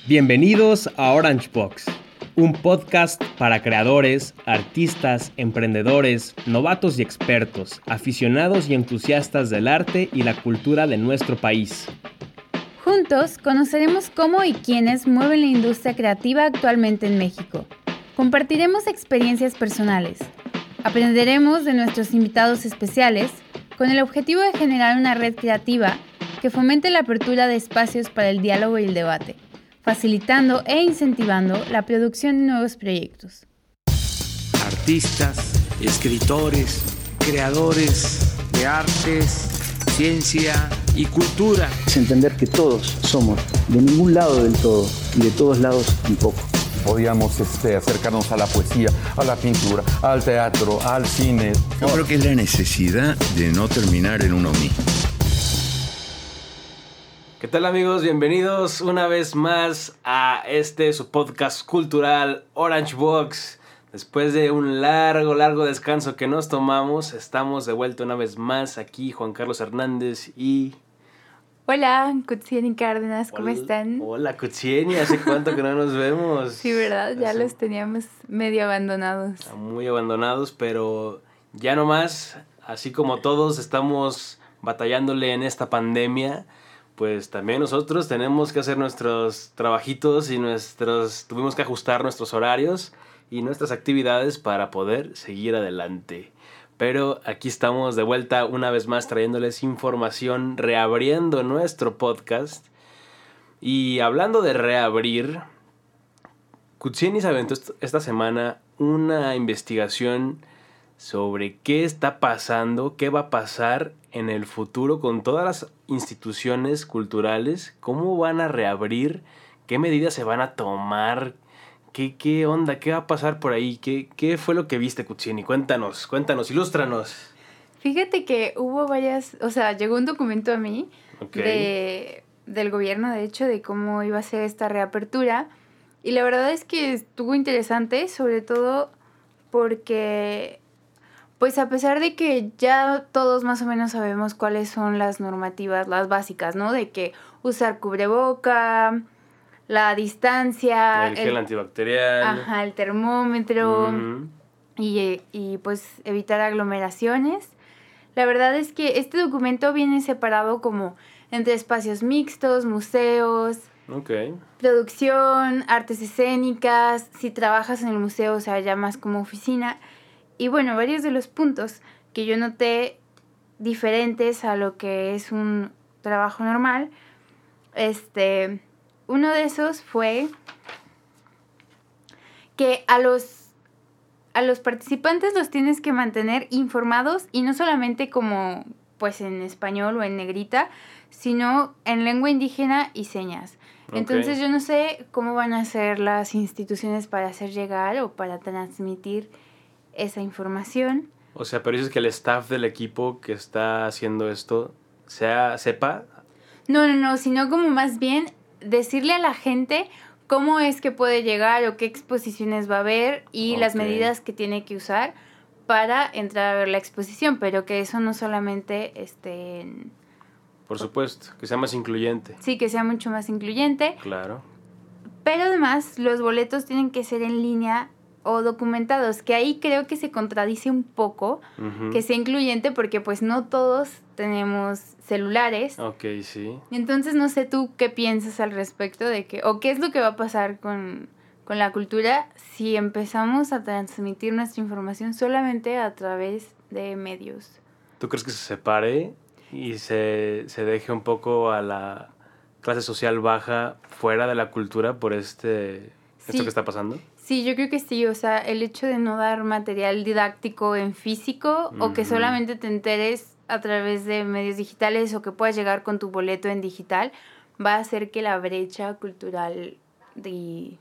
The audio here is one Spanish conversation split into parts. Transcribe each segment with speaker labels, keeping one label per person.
Speaker 1: Bienvenidos a Orange Box, un podcast para creadores, artistas, emprendedores, novatos y expertos, aficionados y entusiastas del arte y la cultura de nuestro país.
Speaker 2: Juntos conoceremos cómo y quiénes mueven la industria creativa actualmente en México. Compartiremos experiencias personales. Aprenderemos de nuestros invitados especiales con el objetivo de generar una red creativa que fomente la apertura de espacios para el diálogo y el debate, facilitando e incentivando la producción de nuevos proyectos.
Speaker 3: Artistas, escritores, creadores de artes, ciencia y cultura.
Speaker 4: Es entender que todos somos de ningún lado del todo y de todos lados un poco.
Speaker 5: Podíamos acercarnos a la poesía, a la pintura, al teatro, al cine.
Speaker 6: Yo creo que es la necesidad de no terminar en uno mismo.
Speaker 1: ¿Qué tal, amigos? Bienvenidos una vez más a su podcast cultural Orange Box. Después de un largo descanso que nos tomamos, estamos de vuelta una vez más aquí, Juan Carlos Hernández y...
Speaker 2: Hola, Kutsieni Cárdenas, ¿cómo están?
Speaker 1: Hola, Kutsieni, ¿hace cuánto que no nos vemos?
Speaker 2: Sí, ¿verdad? Ya los teníamos medio abandonados.
Speaker 1: Muy abandonados, pero ya no más. Así como todos estamos batallándole en esta pandemia, pues también nosotros tenemos que hacer nuestros trabajitos y tuvimos que ajustar nuestros horarios y nuestras actividades para poder seguir adelante. Pero aquí estamos de vuelta una vez más trayéndoles información, reabriendo nuestro podcast. Y hablando de reabrir, Kutsieni se aventó esta semana una investigación sobre qué está pasando, qué va a pasar en el futuro con todas las instituciones culturales, cómo van a reabrir, qué medidas se van a tomar. ¿Qué onda? ¿Qué va a pasar por ahí? ¿Qué fue lo que viste, Kutsieni? Cuéntanos, ilústranos.
Speaker 2: Fíjate que hubo llegó un documento a mí del gobierno, de hecho, de cómo iba a ser esta reapertura. Y la verdad es que estuvo interesante, sobre todo porque, pues a pesar de que ya todos más o menos sabemos cuáles son las normativas, las básicas, ¿no? De que usar cubreboca, la distancia,
Speaker 1: el gel antibacterial,
Speaker 2: el termómetro, y pues evitar aglomeraciones. La verdad es que este documento viene separado como entre espacios mixtos, museos, producción, artes escénicas, si trabajas en el museo, o sea, ya más como oficina. Y bueno, varios de los puntos que yo noté diferentes a lo que es un trabajo normal, uno de esos fue que a los participantes los tienes que mantener informados, y no solamente como pues en español o en negrita, sino en lengua indígena y señas. Entonces yo no sé cómo van a ser las instituciones para hacer llegar o para transmitir esa información.
Speaker 1: O sea, pero dices que el staff del equipo que está haciendo esto sepa.
Speaker 2: No, sino como más bien decirle a la gente cómo es que puede llegar o qué exposiciones va a haber y las medidas que tiene que usar para entrar a ver la exposición, pero que eso no solamente
Speaker 1: Por supuesto, que sea más incluyente.
Speaker 2: Sí, que sea mucho más incluyente.
Speaker 1: Claro.
Speaker 2: Pero además los boletos tienen que ser en línea o documentados, que ahí creo que se contradice un poco que sea incluyente, porque pues no todos tenemos celulares.
Speaker 1: Sí.
Speaker 2: Entonces no sé tú qué piensas al respecto de qué es lo que va a pasar con la cultura si empezamos a transmitir nuestra información solamente a través de medios.
Speaker 1: ¿Tú crees que se separe y se deje un poco a la clase social baja fuera de la cultura por esto que está pasando?
Speaker 2: Sí, yo creo que sí. O sea, el hecho de no dar material didáctico en físico o que solamente te enteres a través de medios digitales o que puedas llegar con tu boleto en digital va a hacer que la brecha cultural de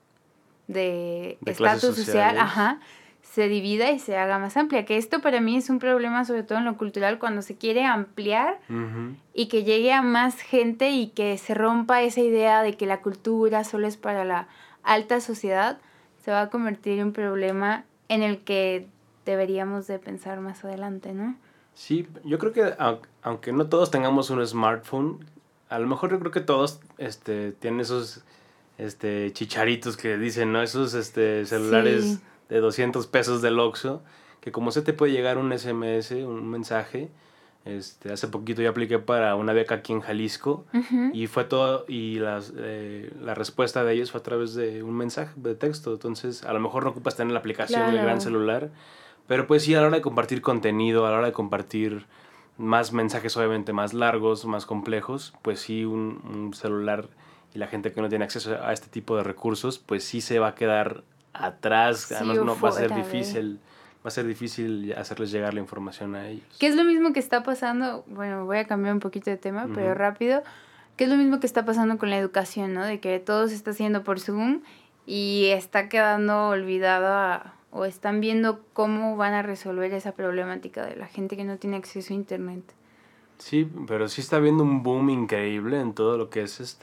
Speaker 2: estatus social se divida y se haga más amplia. Que esto para mí es un problema, sobre todo en lo cultural, cuando se quiere ampliar y que llegue a más gente y que se rompa esa idea de que la cultura solo es para la alta sociedad. Se va a convertir en un problema en el que deberíamos de pensar más adelante, ¿no?
Speaker 1: Sí, yo creo que aunque no todos tengamos un smartphone, a lo mejor yo creo que todos tienen chicharitos que dicen, ¿no? Esos celulares de 200 pesos del Oxxo, que como se te puede llegar un SMS, un mensaje. Hace poquito yo apliqué para una beca aquí en Jalisco y fue todo, y la respuesta de ellos fue a través de un mensaje de texto. Entonces a lo mejor no ocupas tener la aplicación en el gran celular, pero pues sí, a la hora de compartir contenido, a la hora de compartir más mensajes obviamente más largos, más complejos, pues sí, un celular y la gente que no tiene acceso a este tipo de recursos, pues sí se va a quedar atrás.
Speaker 2: Sí,
Speaker 1: no va a ser difícil. Va a ser difícil hacerles llegar la información a ellos.
Speaker 2: ¿Qué es lo mismo que está pasando? Bueno, voy a cambiar un poquito de tema, pero rápido. ¿Qué es lo mismo que está pasando con la educación, no? De que todo se está haciendo por Zoom y está quedando olvidada o están viendo cómo van a resolver esa problemática de la gente que no tiene acceso a internet.
Speaker 1: Sí, pero sí está habiendo un boom increíble en todo lo que es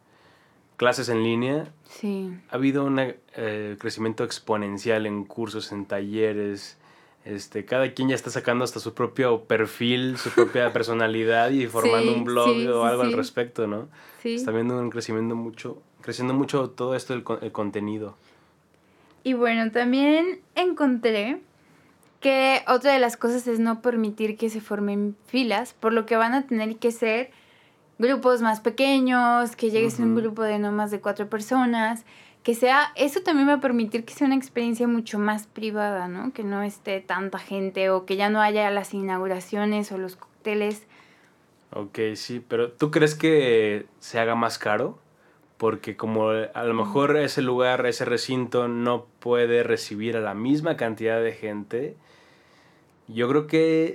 Speaker 1: clases en línea.
Speaker 2: Sí.
Speaker 1: Ha habido un crecimiento exponencial en cursos, en talleres. Cada quien ya está sacando hasta su propio perfil, su propia personalidad y formando un blog o algo al respecto, ¿no? Sí. Está habiendo creciendo mucho todo esto, el contenido.
Speaker 2: Y bueno, también encontré que otra de las cosas es no permitir que se formen filas, por lo que van a tener que ser grupos más pequeños, que llegues a un grupo de no más de 4 personas, eso también va a permitir que sea una experiencia mucho más privada, ¿no? Que no esté tanta gente o que ya no haya las inauguraciones o los cócteles.
Speaker 1: Ok, sí, pero ¿tú crees que se haga más caro? Porque como a lo mejor ese lugar, ese recinto no puede recibir a la misma cantidad de gente, yo creo que,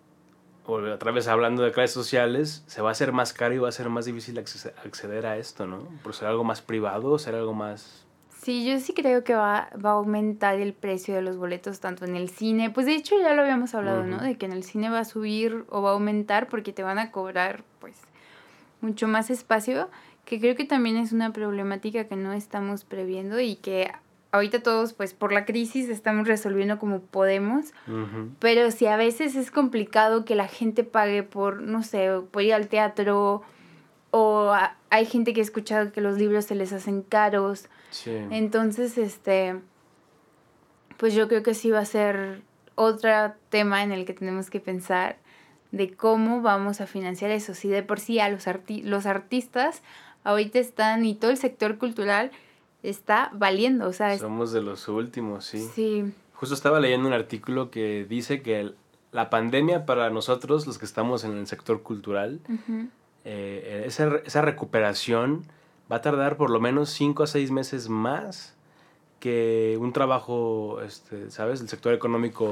Speaker 1: otra vez hablando de clases sociales, se va a hacer más caro y va a ser más difícil acceder a esto, ¿no? Por ser algo más privado, ser algo más...
Speaker 2: Sí, yo sí creo que va a aumentar el precio de los boletos tanto en el cine. Pues de hecho ya lo habíamos hablado, ¿no? De que en el cine va a subir o va a aumentar porque te van a cobrar, pues, mucho más espacio, que creo que también es una problemática que no estamos previendo y que ahorita todos, pues, por la crisis estamos resolviendo como podemos, pero si a veces es complicado que la gente pague por, no sé, por ir al teatro, o hay gente que ha escuchado que los libros se les hacen caros.
Speaker 1: Sí.
Speaker 2: Entonces, pues yo creo que sí va a ser otro tema en el que tenemos que pensar de cómo vamos a financiar eso. Si de por sí a los artistas ahorita están, y todo el sector cultural está valiendo, o sea...
Speaker 1: Somos de los últimos, sí.
Speaker 2: Sí.
Speaker 1: Justo estaba leyendo un artículo que dice que la pandemia para nosotros, los que estamos en el sector cultural, esa recuperación va a tardar por lo menos 5 a 6 meses más que un trabajo, ¿sabes? El sector económico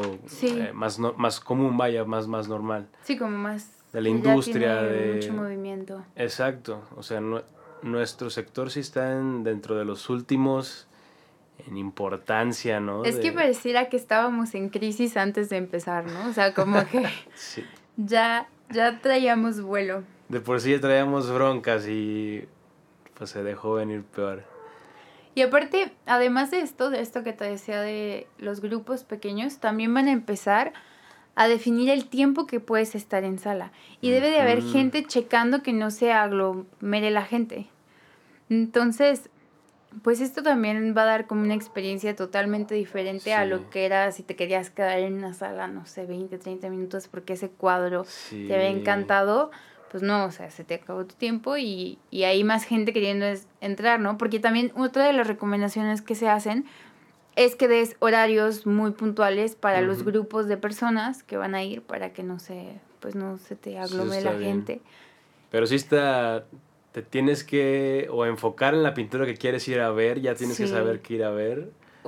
Speaker 1: más común, vaya, más normal.
Speaker 2: Sí, como más...
Speaker 1: De la industria,
Speaker 2: tiene mucho movimiento.
Speaker 1: Exacto, o sea, nuestro sector sí está dentro de los últimos en importancia, ¿no?
Speaker 2: Es que pareciera que estábamos en crisis antes de empezar, ¿no? O sea, como que
Speaker 1: sí.
Speaker 2: ya traíamos vuelo.
Speaker 1: De por sí ya traíamos broncas y pues se dejó venir peor.
Speaker 2: Y aparte, además de esto que te decía de los grupos pequeños, también van a empezar a definir el tiempo que puedes estar en sala. Y debe de haber gente checando que no se aglomere la gente. Entonces, pues esto también va a dar como una experiencia totalmente diferente a lo que era si te querías quedar en una sala, no sé, 20, 30 minutos porque ese cuadro te había encantado. Pues no, o sea, se te acabó tu tiempo y hay más gente queriendo entrar, ¿no? Porque también otra de las recomendaciones que se hacen es que des horarios muy puntuales para los grupos de personas que van a ir para que no se te aglomere la gente.
Speaker 1: Pero sí te tienes que o enfocar en la pintura que quieres ir a ver, ya tienes que saber qué ir a ver.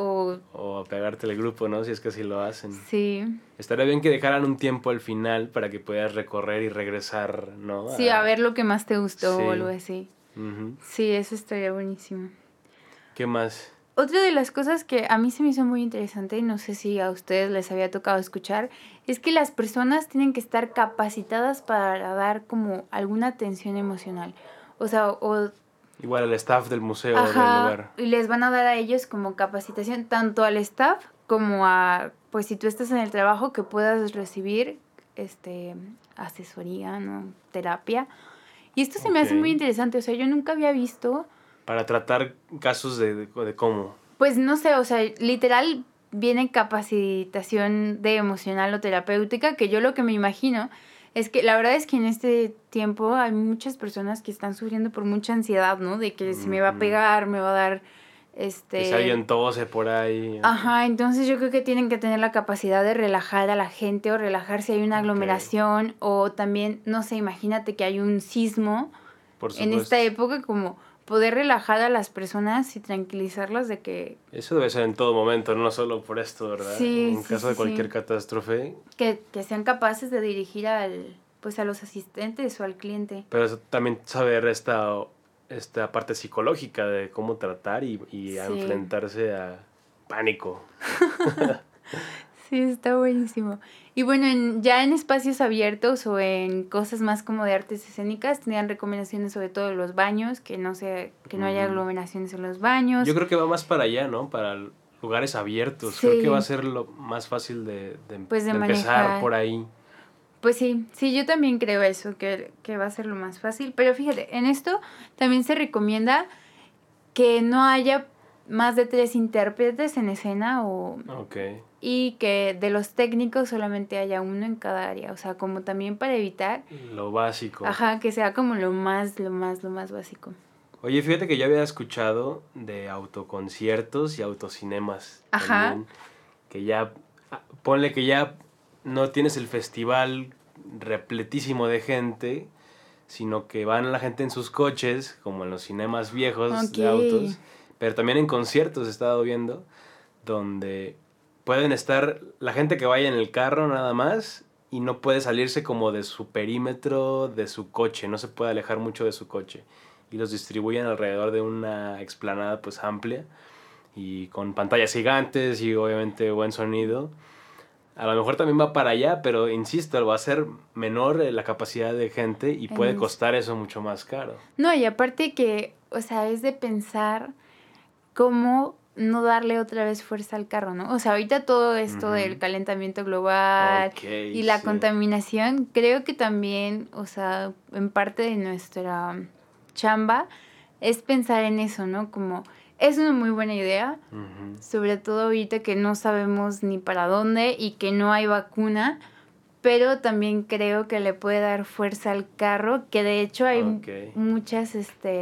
Speaker 1: O pegarte el grupo, ¿no? Si es que así lo hacen.
Speaker 2: Sí.
Speaker 1: Estaría bien que dejaran un tiempo al final para que puedas recorrer y regresar, ¿no?
Speaker 2: Sí, a ver lo que más te gustó o algo así.
Speaker 1: Uh-huh.
Speaker 2: Sí, eso estaría buenísimo.
Speaker 1: ¿Qué más?
Speaker 2: Otra de las cosas que a mí se me hizo muy interesante, y no sé si a ustedes les había tocado escuchar, es que las personas tienen que estar capacitadas para dar como alguna atención emocional. O sea,
Speaker 1: igual al staff del museo del lugar.
Speaker 2: Y les van a dar a ellos como capacitación, tanto al staff como a, pues si tú estás en el trabajo, que puedas recibir asesoría, ¿no? Terapia. Y esto se me hace muy interesante. O sea, yo nunca había visto
Speaker 1: para tratar casos de cómo.
Speaker 2: Pues no sé, o sea, literal viene capacitación de emocional o terapéutica, que yo lo que me imagino es que la verdad es que en este tiempo hay muchas personas que están sufriendo por mucha ansiedad, ¿no? De que se me va a pegar, me va a dar
Speaker 1: Que si alguien tose por ahí.
Speaker 2: Ajá, entonces yo creo que tienen que tener la capacidad de relajar a la gente o relajar si hay una aglomeración o también, no sé, imagínate que hay un sismo en esta época, como poder relajar a las personas y tranquilizarlas de que...
Speaker 1: Eso debe ser en todo momento, no solo por esto, ¿verdad?
Speaker 2: Sí,
Speaker 1: en caso de cualquier catástrofe.
Speaker 2: Que sean capaces de dirigir a los asistentes o al cliente.
Speaker 1: Pero eso también saber esta parte psicológica de cómo tratar y a enfrentarse a pánico.
Speaker 2: Sí, está buenísimo. Y bueno, ya en espacios abiertos o en cosas más como de artes escénicas, tenían recomendaciones sobre todo de los baños, que no haya aglomeraciones en los baños.
Speaker 1: Yo creo que va más para allá, ¿no? Para lugares abiertos. Sí. Creo que va a ser lo más fácil de empezar por ahí.
Speaker 2: Pues sí, yo también creo eso, que va a ser lo más fácil. Pero fíjate, en esto también se recomienda que no haya más de 3 intérpretes en escena y que de los técnicos solamente haya uno en cada área. O sea, como también para evitar...
Speaker 1: Lo básico.
Speaker 2: Ajá, que sea como lo más básico.
Speaker 1: Oye, fíjate que yo había escuchado de autoconciertos y autocinemas.
Speaker 2: Ajá.
Speaker 1: También, que ya... Ponle que ya no tienes el festival repletísimo de gente, sino que van la gente en sus coches, como en los cinemas viejos de autos, pero también en conciertos he estado viendo, donde pueden estar la gente que vaya en el carro nada más y no puede salirse como de su perímetro de su coche, no se puede alejar mucho de su coche, y los distribuyen alrededor de una explanada pues amplia y con pantallas gigantes y obviamente buen sonido. A lo mejor también va para allá, pero insisto, va a ser menor la capacidad de gente y puede costar eso mucho más caro.
Speaker 2: No, y aparte que, o sea, es de pensar cómo no darle otra vez fuerza al carro, ¿no? O sea, ahorita todo esto del calentamiento global y la contaminación, creo que también, o sea, en parte de nuestra chamba es pensar en eso, ¿no? Como... Es una muy buena idea, sobre todo ahorita que no sabemos ni para dónde y que no hay vacuna, pero también creo que le puede dar fuerza al carro, que de hecho hay muchas,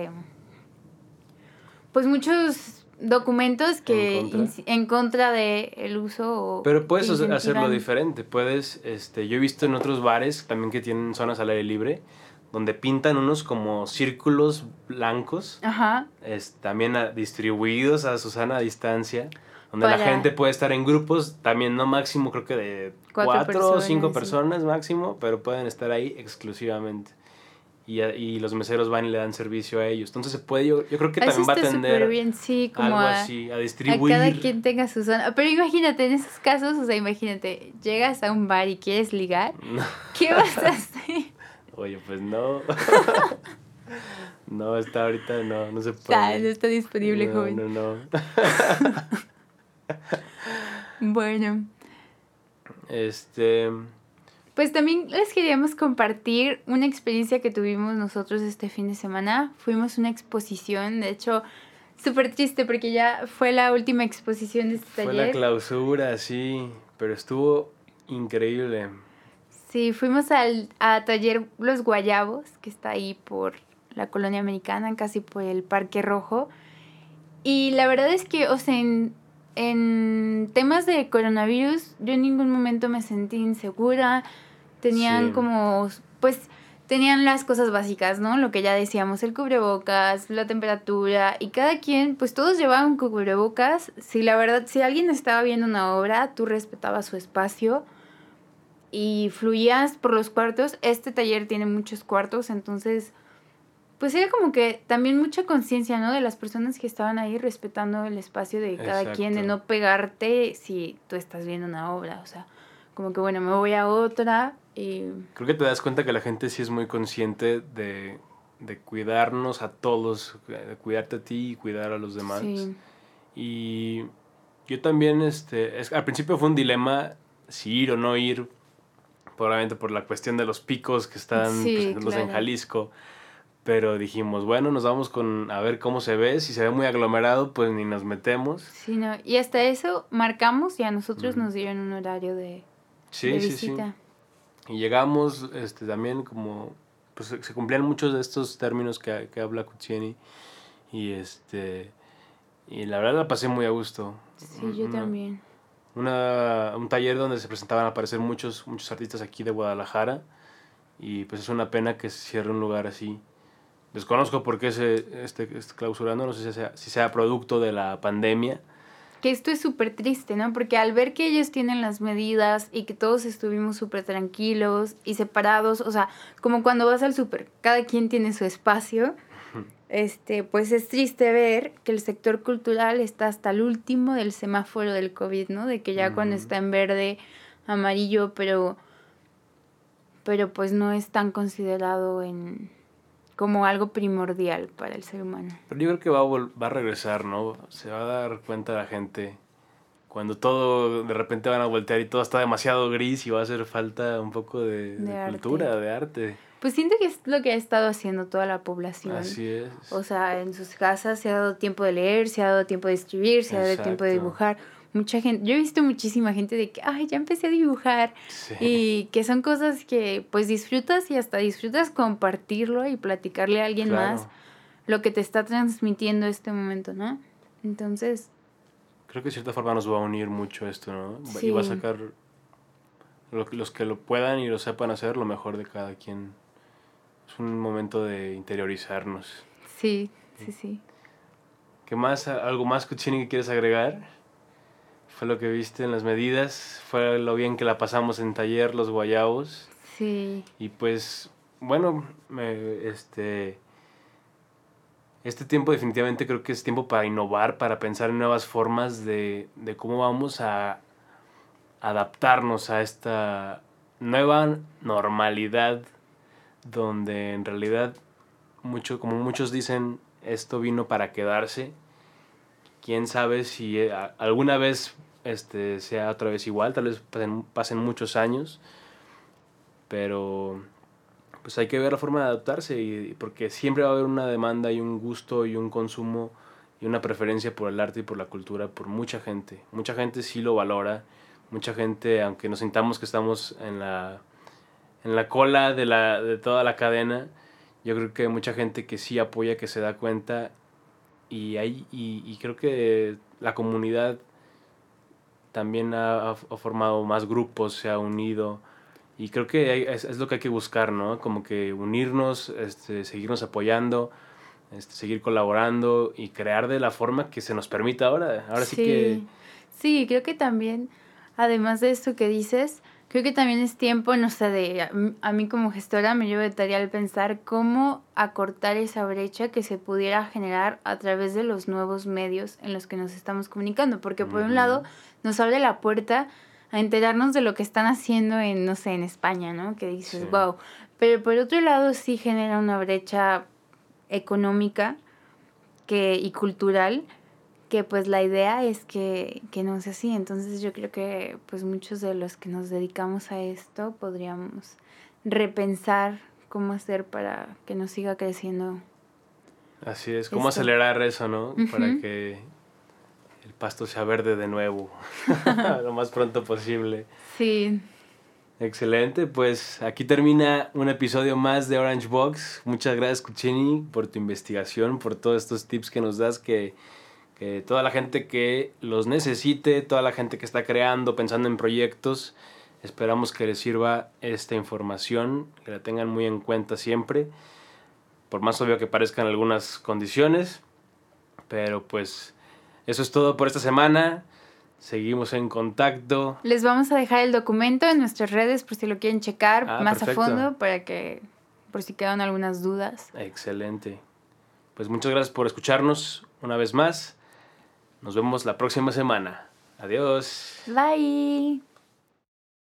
Speaker 2: pues muchos documentos que en contra de el uso.
Speaker 1: Pero puedes hacerlo diferente, puedes, yo he visto en otros bares también que tienen zonas al aire libre, donde pintan unos como círculos blancos, también distribuidos a su sana distancia, donde la gente puede estar en grupos, también no máximo, creo que de 4 o 5 personas máximo, pero pueden estar ahí exclusivamente. Y los meseros van y le dan servicio a ellos. Entonces se puede, yo creo que también va a tender
Speaker 2: bien, sí, como
Speaker 1: algo así, a distribuir.
Speaker 2: A cada quien tenga su zona. Pero imagínate, en esos casos, o sea, imagínate, llegas a un bar y quieres ligar, ¿qué vas a hacer?
Speaker 1: Oye, pues no. No, está ahorita, no se puede.
Speaker 2: No está disponible, joven.
Speaker 1: No.
Speaker 2: Bueno. Pues también les queríamos compartir una experiencia que tuvimos nosotros este fin de semana. Fuimos a una exposición, de hecho, súper triste porque ya fue la última exposición de este taller.
Speaker 1: Fue la clausura, sí, pero estuvo increíble.
Speaker 2: Sí, fuimos a taller Los Guayabos, que está ahí por la Colonia Americana, casi por el Parque Rojo. Y la verdad es que, o sea, en temas de coronavirus, yo en ningún momento me sentí insegura. Tenían tenían las cosas básicas, ¿no? Lo que ya decíamos, el cubrebocas, la temperatura, y cada quien, pues todos llevaban cubrebocas. Si alguien estaba viendo una obra, tú respetabas su espacio y fluías por los cuartos. Este taller tiene muchos cuartos, entonces pues era como que también mucha conciencia, ¿no? De las personas que estaban ahí respetando el espacio de cada quien, de no pegarte si tú estás viendo una obra, o sea, como que bueno, me voy a otra y...
Speaker 1: Creo que te das cuenta que la gente sí es muy consciente de cuidarnos a todos, de cuidarte a ti y cuidar a los demás. Sí. Y yo también, al principio fue un dilema si ir o no ir, probablemente por la cuestión de los picos que están presentes en Jalisco, Pero dijimos, bueno, nos vamos a ver cómo se ve. Si se ve muy aglomerado, pues ni nos metemos.
Speaker 2: Sí, no. Y hasta eso marcamos y a nosotros nos dieron un horario de visita.
Speaker 1: Y llegamos, también como, pues se cumplían muchos de estos términos que habla Cuzzini. Y y la verdad la pasé muy a gusto.
Speaker 2: Sí, yo también.
Speaker 1: Un taller donde se presentaban a aparecer muchos artistas aquí de Guadalajara. Y pues es una pena que se cierre un lugar así. Desconozco por qué se clausurando, no sé si sea producto de la pandemia.
Speaker 2: Que esto es súper triste, ¿no? Porque al ver que ellos tienen las medidas y que todos estuvimos súper tranquilos y separados, o sea, como cuando vas al súper, cada quien tiene su espacio, pues es triste ver que el sector cultural está hasta el último del semáforo del COVID, ¿no? De que ya cuando está en verde, amarillo, pero pues no es tan considerado como algo primordial para el ser humano.
Speaker 1: Pero yo creo que va a regresar, ¿no? Se va a dar cuenta la gente cuando todo de repente van a voltear y todo está demasiado gris y va a hacer falta un poco de cultura, de arte.
Speaker 2: Pues siento que es lo que ha estado haciendo toda la población.
Speaker 1: Así es.
Speaker 2: O sea, en sus casas se ha dado tiempo de leer, se ha dado tiempo de escribir, se ha dado tiempo de dibujar. Mucha gente, yo he visto muchísima gente de que, ya empecé a dibujar. Sí. Y que son cosas que pues disfrutas y hasta disfrutas compartirlo y platicarle a alguien más lo que te está transmitiendo este momento, ¿no? Entonces...
Speaker 1: Creo que de cierta forma nos va a unir mucho esto, ¿no?
Speaker 2: Sí.
Speaker 1: Y va a sacar los que lo puedan y lo sepan hacer lo mejor de cada quien. Es un momento de interiorizarnos.
Speaker 2: Sí.
Speaker 1: ¿Qué más? ¿Algo más, Cuzzini, que quieres agregar? ¿Fue lo que viste en las medidas? ¿Fue lo bien que la pasamos en taller, los guayabos?
Speaker 2: Sí.
Speaker 1: Y pues, bueno, este tiempo definitivamente creo que es tiempo para innovar, para pensar en nuevas formas de cómo vamos a adaptarnos a esta nueva normalidad, donde en realidad, como muchos dicen, esto vino para quedarse. Quién sabe si alguna vez sea otra vez igual, tal vez pasen muchos años, pero pues hay que ver la forma de adaptarse, porque siempre va a haber una demanda y un gusto y un consumo y una preferencia por el arte y por la cultura por mucha gente. Mucha gente sí lo valora, mucha gente, aunque nos sintamos que estamos en la cola de toda la cadena, yo creo que hay mucha gente que sí apoya, que se da cuenta, y creo que la comunidad también ha formado más grupos, se ha unido, y creo que es lo que hay que buscar, ¿no? Como que unirnos, seguirnos apoyando, seguir colaborando y crear de la forma que se nos permita ahora. Ahora sí que...
Speaker 2: Sí, creo que también, además de esto que dices, creo que también es tiempo, no sé, a mí como gestora me lleva de tarea el pensar cómo acortar esa brecha que se pudiera generar a través de los nuevos medios en los que nos estamos comunicando. Porque por un lado nos abre la puerta a enterarnos de lo que están haciendo en España, ¿no? Que dices, wow. Pero por otro lado sí genera una brecha económica y cultural, que pues la idea es que no sea así. Entonces yo creo que pues muchos de los que nos dedicamos a esto podríamos repensar cómo hacer para que nos siga creciendo.
Speaker 1: Así es, cómo acelerar eso, ¿no? Para que el pasto sea verde de nuevo lo más pronto posible.
Speaker 2: Sí.
Speaker 1: Excelente, pues aquí termina un episodio más de Orange Box. Muchas gracias, Cuzzini, por tu investigación, por todos estos tips que nos das, que toda la gente que los necesite, toda la gente que está creando, pensando en proyectos, esperamos que les sirva esta información, que la tengan muy en cuenta siempre, por más obvio que parezcan algunas condiciones, pero pues eso es todo por esta semana. Seguimos en contacto.
Speaker 2: Les vamos a dejar el documento en nuestras redes por si lo quieren checar más perfecto. A fondo, por si quedan algunas dudas.
Speaker 1: Excelente. Pues muchas gracias por escucharnos una vez más. Nos vemos la próxima semana. Adiós.
Speaker 2: Bye.